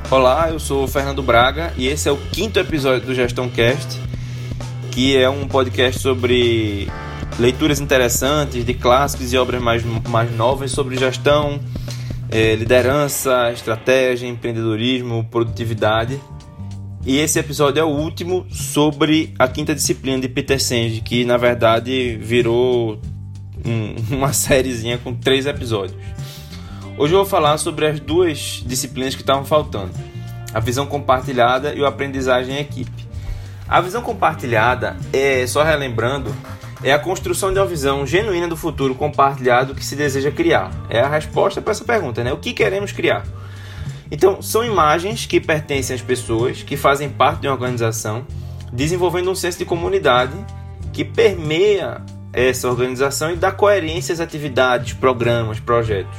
Olá, eu sou o Fernando Braga e esse é o 5º episódio do Gestão Cast, que é um podcast sobre leituras interessantes de clássicos e obras mais novas sobre gestão, liderança, estratégia, empreendedorismo, produtividade. E esse episódio é o último sobre a 5ª disciplina de Peter Senge, que na verdade virou uma sériezinha com 3 episódios. Hoje eu vou falar sobre as 2 disciplinas que estavam faltando: a visão compartilhada e o aprendizagem em equipe. A visão compartilhada, só relembrando, é a construção de uma visão genuína do futuro compartilhado que se deseja criar. É a resposta para essa pergunta, né? O que queremos criar? Então, são imagens que pertencem às pessoas, que fazem parte de uma organização, desenvolvendo um senso de comunidade que permeia essa organização e dá coerência às atividades, programas, projetos.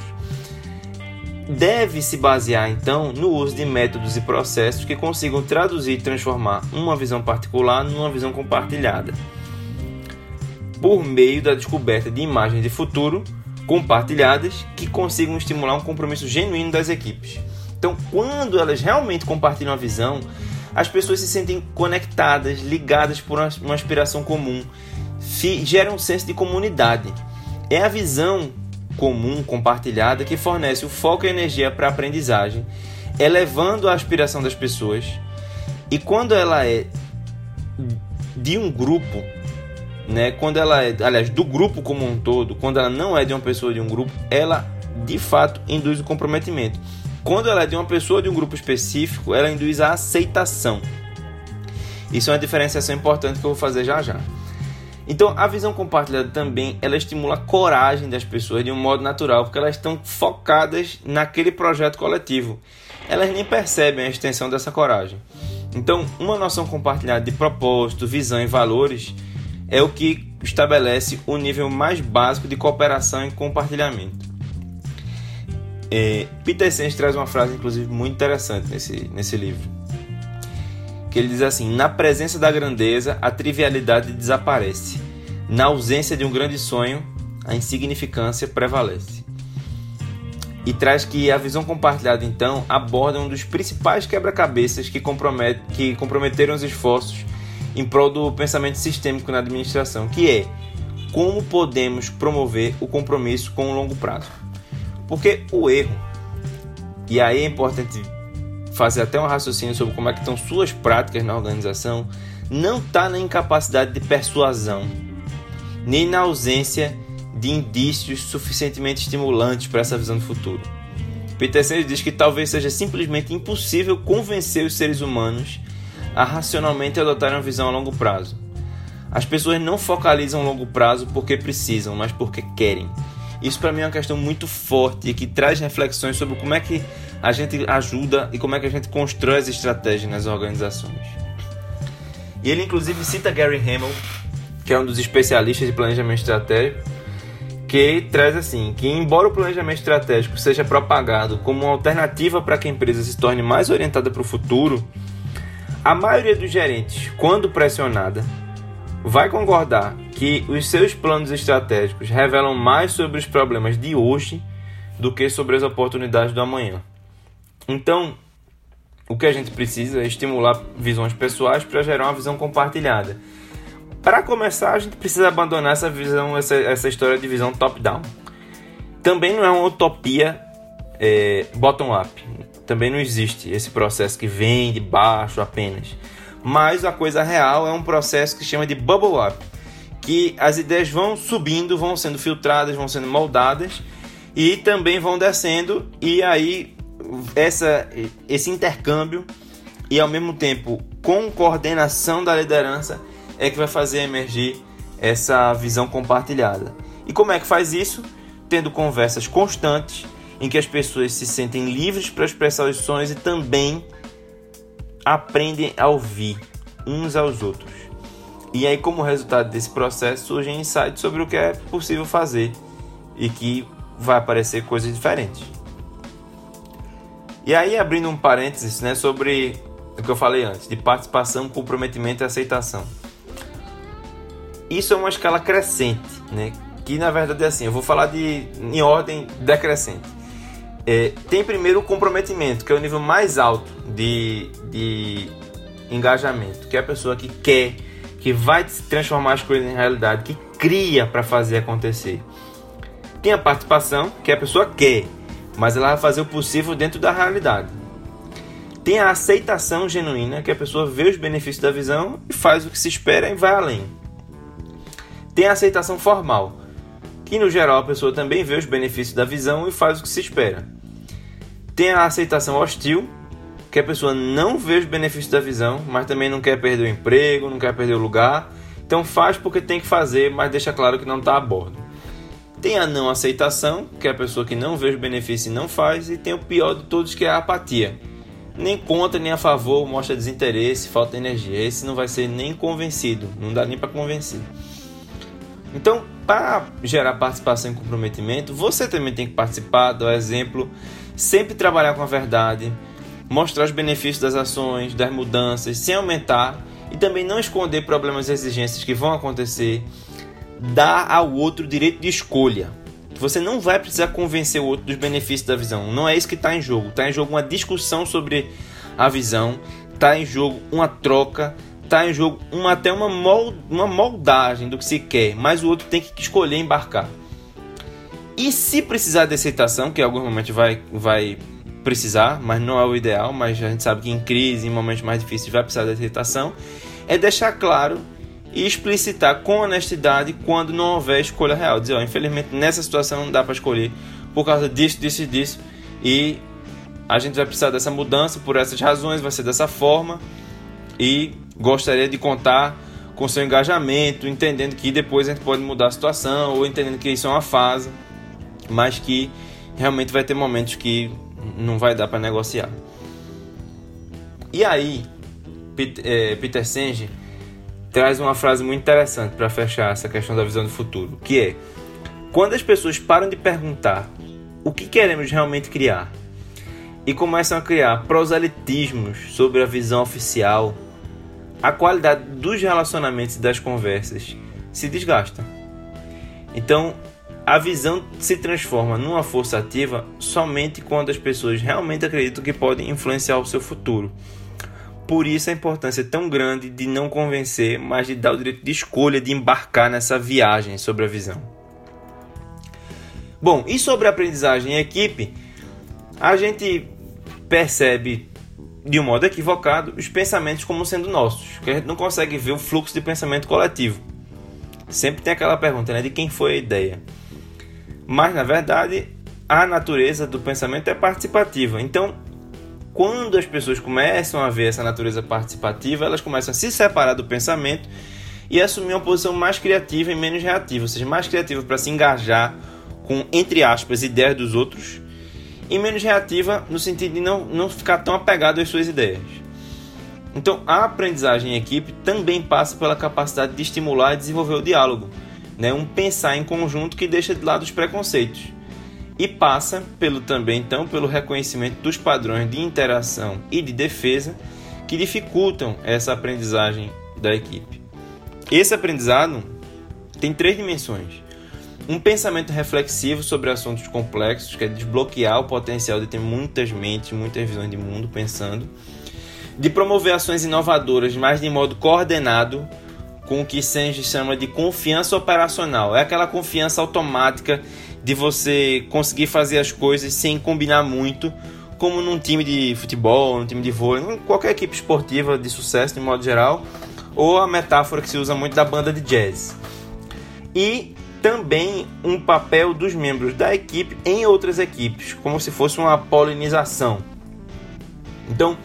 Deve se basear, então, no uso de métodos e processos que consigam traduzir e transformar uma visão particular numa visão compartilhada, por meio da descoberta de imagens de futuro compartilhadas que consigam estimular um compromisso genuíno das equipes. Então, quando elas realmente compartilham a visão, as pessoas se sentem conectadas, ligadas por uma aspiração comum, gera um senso de comunidade. É a visão comum, compartilhada, que fornece o foco e a energia para a aprendizagem, elevando a aspiração das pessoas. E quando ela é de um grupo, né, quando ela é, aliás, do grupo como um todo, quando ela não é de uma pessoa de um grupo, ela de fato induz o comprometimento. Quando ela é de uma pessoa de um grupo específico, ela induz a aceitação. Isso é uma diferenciação importante que eu vou fazer já já. Então, a visão compartilhada também, ela estimula a coragem das pessoas de um modo natural, porque elas estão focadas naquele projeto coletivo. Elas nem percebem a extensão dessa coragem. Então, uma noção compartilhada de propósito, visão e valores é o que estabelece o nível mais básico de cooperação e compartilhamento. Peter Senge traz uma frase, inclusive, muito interessante nesse livro, que ele diz assim: na presença da grandeza, a trivialidade desaparece. Na ausência de um grande sonho, a insignificância prevalece. E traz que a visão compartilhada, então, aborda um dos principais quebra-cabeças que comprometeram os esforços em prol do pensamento sistêmico na administração, que é como podemos promover o compromisso com o longo prazo. Porque o erro, e aí é importante fazer até um raciocínio sobre como é que estão suas práticas na organização, não está na incapacidade de persuasão, nem na ausência de indícios suficientemente estimulantes para essa visão do futuro. Peter Senge diz que talvez seja simplesmente impossível convencer os seres humanos a racionalmente adotarem uma visão a longo prazo. As pessoas não focalizam a longo prazo porque precisam, mas porque querem. Isso para mim é uma questão muito forte e que traz reflexões sobre como é que a gente ajuda e como é que a gente constrói as estratégias nas organizações. E ele inclusive cita Gary Hamel, que é um dos especialistas de planejamento estratégico, que traz assim, que embora o planejamento estratégico seja propagado como uma alternativa para que a empresa se torne mais orientada para o futuro, a maioria dos gerentes, quando pressionada, vai concordar que os seus planos estratégicos revelam mais sobre os problemas de hoje do que sobre as oportunidades do amanhã. Então, o que a gente precisa é estimular visões pessoais para gerar uma visão compartilhada. Para começar, a gente precisa abandonar essa visão, essa história de visão top-down. Também não é uma utopia bottom-up. Também não existe esse processo que vem de baixo apenas. Mas a coisa real é um processo que se chama de bubble-up, que as ideias vão subindo, vão sendo filtradas, vão sendo moldadas e também vão descendo, e aí esse intercâmbio e ao mesmo tempo com coordenação da liderança é que vai fazer emergir essa visão compartilhada. E como é que faz isso? Tendo conversas constantes em que as pessoas se sentem livres para expressar os sonhos e também aprendem a ouvir uns aos outros. E aí, como resultado desse processo, surgem insights sobre o que é possível fazer e que vai aparecer coisas diferentes. E aí, abrindo um parênteses, né, sobre o que eu falei antes, de participação, comprometimento e aceitação. Isso é uma escala crescente, né, que na verdade é assim, eu vou falar em ordem decrescente. tem primeiro o comprometimento, que é o nível mais alto de engajamento, que é a pessoa que quer, que vai transformar as coisas em realidade, que cria para fazer acontecer. Tem a participação, que a pessoa quer, mas ela vai fazer o possível dentro da realidade. Tem a aceitação genuína, que a pessoa vê os benefícios da visão e faz o que se espera e vai além. Tem a aceitação formal, que no geral a pessoa também vê os benefícios da visão e faz o que se espera. Tem a aceitação hostil, que a pessoa não vê os benefícios da visão, mas também não quer perder o emprego, não quer perder o lugar, então faz porque tem que fazer, mas deixa claro que não está a bordo. Tem a não aceitação, que é a pessoa que não vê os benefícios e não faz, e tem o pior de todos, que é a apatia. Nem contra, nem a favor, mostra desinteresse, falta de energia. Esse não vai ser nem convencido, não dá nem para convencer. Então, para gerar participação e comprometimento, você também tem que participar, dar exemplo, sempre trabalhar com a verdade, mostrar os benefícios das ações, das mudanças, sem aumentar, e também não esconder problemas e exigências que vão acontecer. Dar ao outro o direito de escolha. Você não vai precisar convencer o outro dos benefícios da visão. Não é isso que está em jogo. Está em jogo uma discussão sobre a visão, está em jogo uma troca, está em jogo até uma moldagem do que se quer, mas o outro tem que escolher embarcar. E se precisar de aceitação, que em alguns momentos vai precisar, mas não é o ideal, mas a gente sabe que em crise, em momentos mais difíceis, vai precisar de aceitação, é deixar claro e explicitar com honestidade quando não houver escolha real. Dizer, infelizmente nessa situação não dá para escolher por causa disso, e a gente vai precisar dessa mudança por essas razões, vai ser dessa forma, e gostaria de contar com seu engajamento, entendendo que depois a gente pode mudar a situação, ou entendendo que isso é uma fase, mas que realmente vai ter momentos que não vai dar para negociar. E aí, Peter Senge traz uma frase muito interessante para fechar essa questão da visão do futuro, que é: quando as pessoas param de perguntar o que queremos realmente criar e começam a criar proselitismos sobre a visão oficial, a qualidade dos relacionamentos e das conversas se desgasta. Então, a visão se transforma numa força ativa somente quando as pessoas realmente acreditam que podem influenciar o seu futuro. Por isso a importância tão grande de não convencer, mas de dar o direito de escolha de embarcar nessa viagem sobre a visão. Bom, e sobre a aprendizagem em equipe, a gente percebe de um modo equivocado os pensamentos como sendo nossos, que a gente não consegue ver o fluxo de pensamento coletivo. Sempre tem aquela pergunta, né, de quem foi a ideia. Mas, na verdade, a natureza do pensamento é participativa. Então, quando as pessoas começam a ver essa natureza participativa, elas começam a se separar do pensamento e assumir uma posição mais criativa e menos reativa, ou seja, mais criativa para se engajar com, entre aspas, ideias dos outros, e menos reativa no sentido de não ficar tão apegado às suas ideias. Então, a aprendizagem em equipe também passa pela capacidade de estimular e desenvolver o diálogo, né? Um pensar em conjunto que deixa de lado os preconceitos. E passa pelo reconhecimento dos padrões de interação e de defesa que dificultam essa aprendizagem da equipe. Esse aprendizado tem 3 dimensões. Um pensamento reflexivo sobre assuntos complexos, que é desbloquear o potencial de ter muitas mentes, muitas visões de mundo pensando. De promover ações inovadoras, mas de modo coordenado, com o que Senge chama de confiança operacional. É aquela confiança automática de você conseguir fazer as coisas sem combinar muito, como num time de futebol, num time de vôlei, qualquer equipe esportiva de sucesso de modo geral, ou a metáfora que se usa muito da banda de jazz. E também um papel dos membros da equipe em outras equipes, como se fosse uma polinização. Então,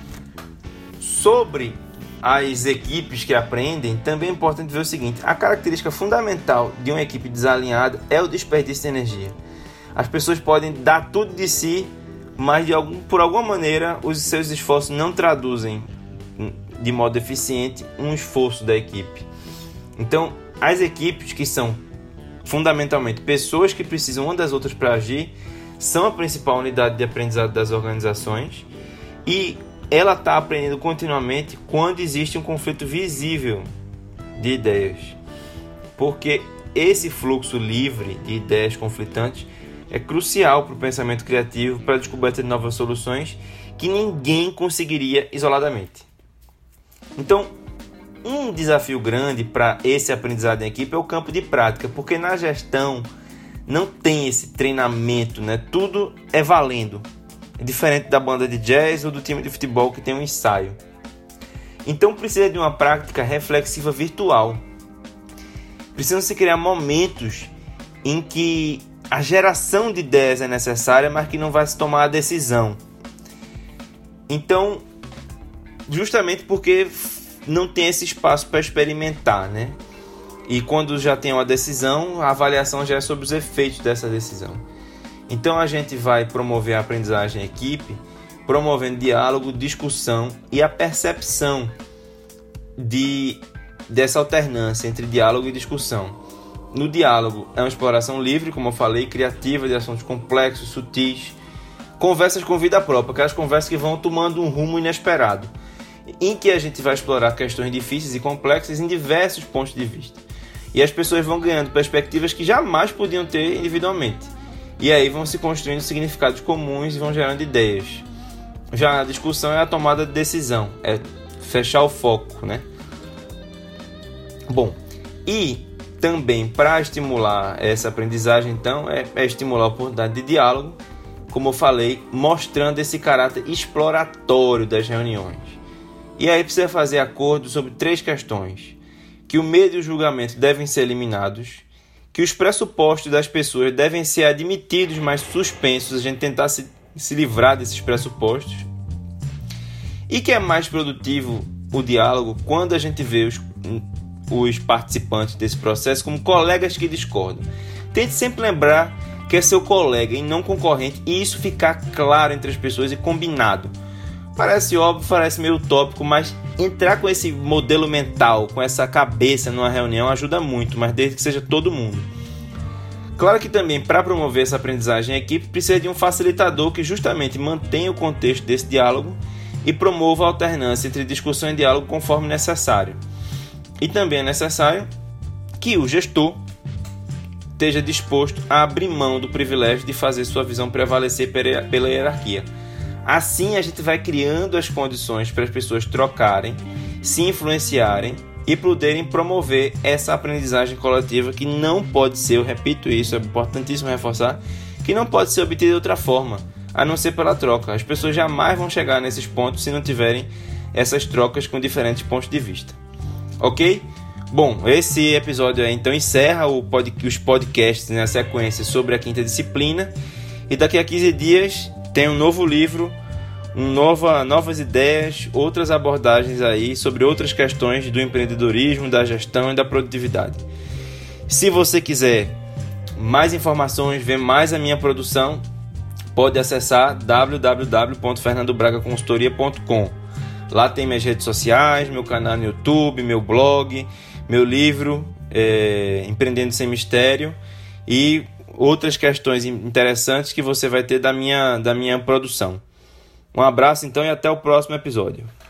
sobre as equipes que aprendem, também é importante ver o seguinte: a característica fundamental de uma equipe desalinhada é o desperdício de energia. As pessoas podem dar tudo de si, mas por alguma maneira os seus esforços não traduzem de modo eficiente um esforço da equipe. Então, as equipes, que são fundamentalmente pessoas que precisam uma das outras para agir, são a principal unidade de aprendizado das organizações, e ela está aprendendo continuamente quando existe um conflito visível de ideias, porque esse fluxo livre de ideias conflitantes é crucial para o pensamento criativo, para a descoberta de novas soluções que ninguém conseguiria isoladamente. Então, um desafio grande para esse aprendizado em equipe é o campo de prática, porque na gestão não tem esse treinamento, né? Tudo é valendo. É diferente da banda de jazz ou do time de futebol que tem um ensaio. Então precisa de uma prática reflexiva virtual. Precisam se criar momentos em que a geração de ideias é necessária, mas que não vai se tomar a decisão. Então, justamente porque não tem esse espaço para experimentar, né? E quando já tem uma decisão, a avaliação já é sobre os efeitos dessa decisão. Então a gente vai promover a aprendizagem em equipe, promovendo diálogo, discussão e a percepção dessa alternância entre diálogo e discussão. No diálogo é uma exploração livre, como eu falei, criativa, de assuntos complexos, sutis, conversas com vida própria, aquelas conversas que vão tomando um rumo inesperado, em que a gente vai explorar questões difíceis e complexas em diversos pontos de vista. E as pessoas vão ganhando perspectivas que jamais podiam ter individualmente. E aí vão se construindo significados comuns e vão gerando ideias. Já a discussão é a tomada de decisão, é fechar o foco, né? Bom, e também para estimular essa aprendizagem, então, é estimular a oportunidade de diálogo, como eu falei, mostrando esse caráter exploratório das reuniões. E aí precisa fazer acordo sobre 3 questões: que o medo e o julgamento devem ser eliminados, que os pressupostos das pessoas devem ser admitidos, mas suspensos, a gente tentar se livrar desses pressupostos, e que é mais produtivo o diálogo quando a gente vê os participantes desse processo como colegas que discordam. Tente sempre lembrar que é seu colega e não concorrente, e isso ficar claro entre as pessoas e combinado. Parece óbvio, parece meio utópico, mas entrar com esse modelo mental, com essa cabeça numa reunião ajuda muito, mas desde que seja todo mundo. Claro que também, para promover essa aprendizagem em equipe, precisa de um facilitador que justamente mantenha o contexto desse diálogo e promova a alternância entre discussão e diálogo conforme necessário. E também é necessário que o gestor esteja disposto a abrir mão do privilégio de fazer sua visão prevalecer pela hierarquia. Assim a gente vai criando as condições para as pessoas trocarem, se influenciarem e poderem promover essa aprendizagem coletiva que não pode ser, eu repito isso, é importantíssimo reforçar, que não pode ser obtida de outra forma, a não ser pela troca. As pessoas jamais vão chegar nesses pontos se não tiverem essas trocas com diferentes pontos de vista. Ok? Bom, esse episódio aí então encerra os podcasts na sequência sobre a quinta disciplina, e daqui a 15 dias tem um novo livro, novas ideias, outras abordagens aí sobre outras questões do empreendedorismo, da gestão e da produtividade. Se você quiser mais informações, ver mais a minha produção, pode acessar www.fernandobragaconsultoria.com. Lá tem minhas redes sociais, meu canal no YouTube, meu blog, meu livro Empreendendo Sem Mistério e outras questões interessantes que você vai ter da minha produção. Um abraço então e até o próximo episódio.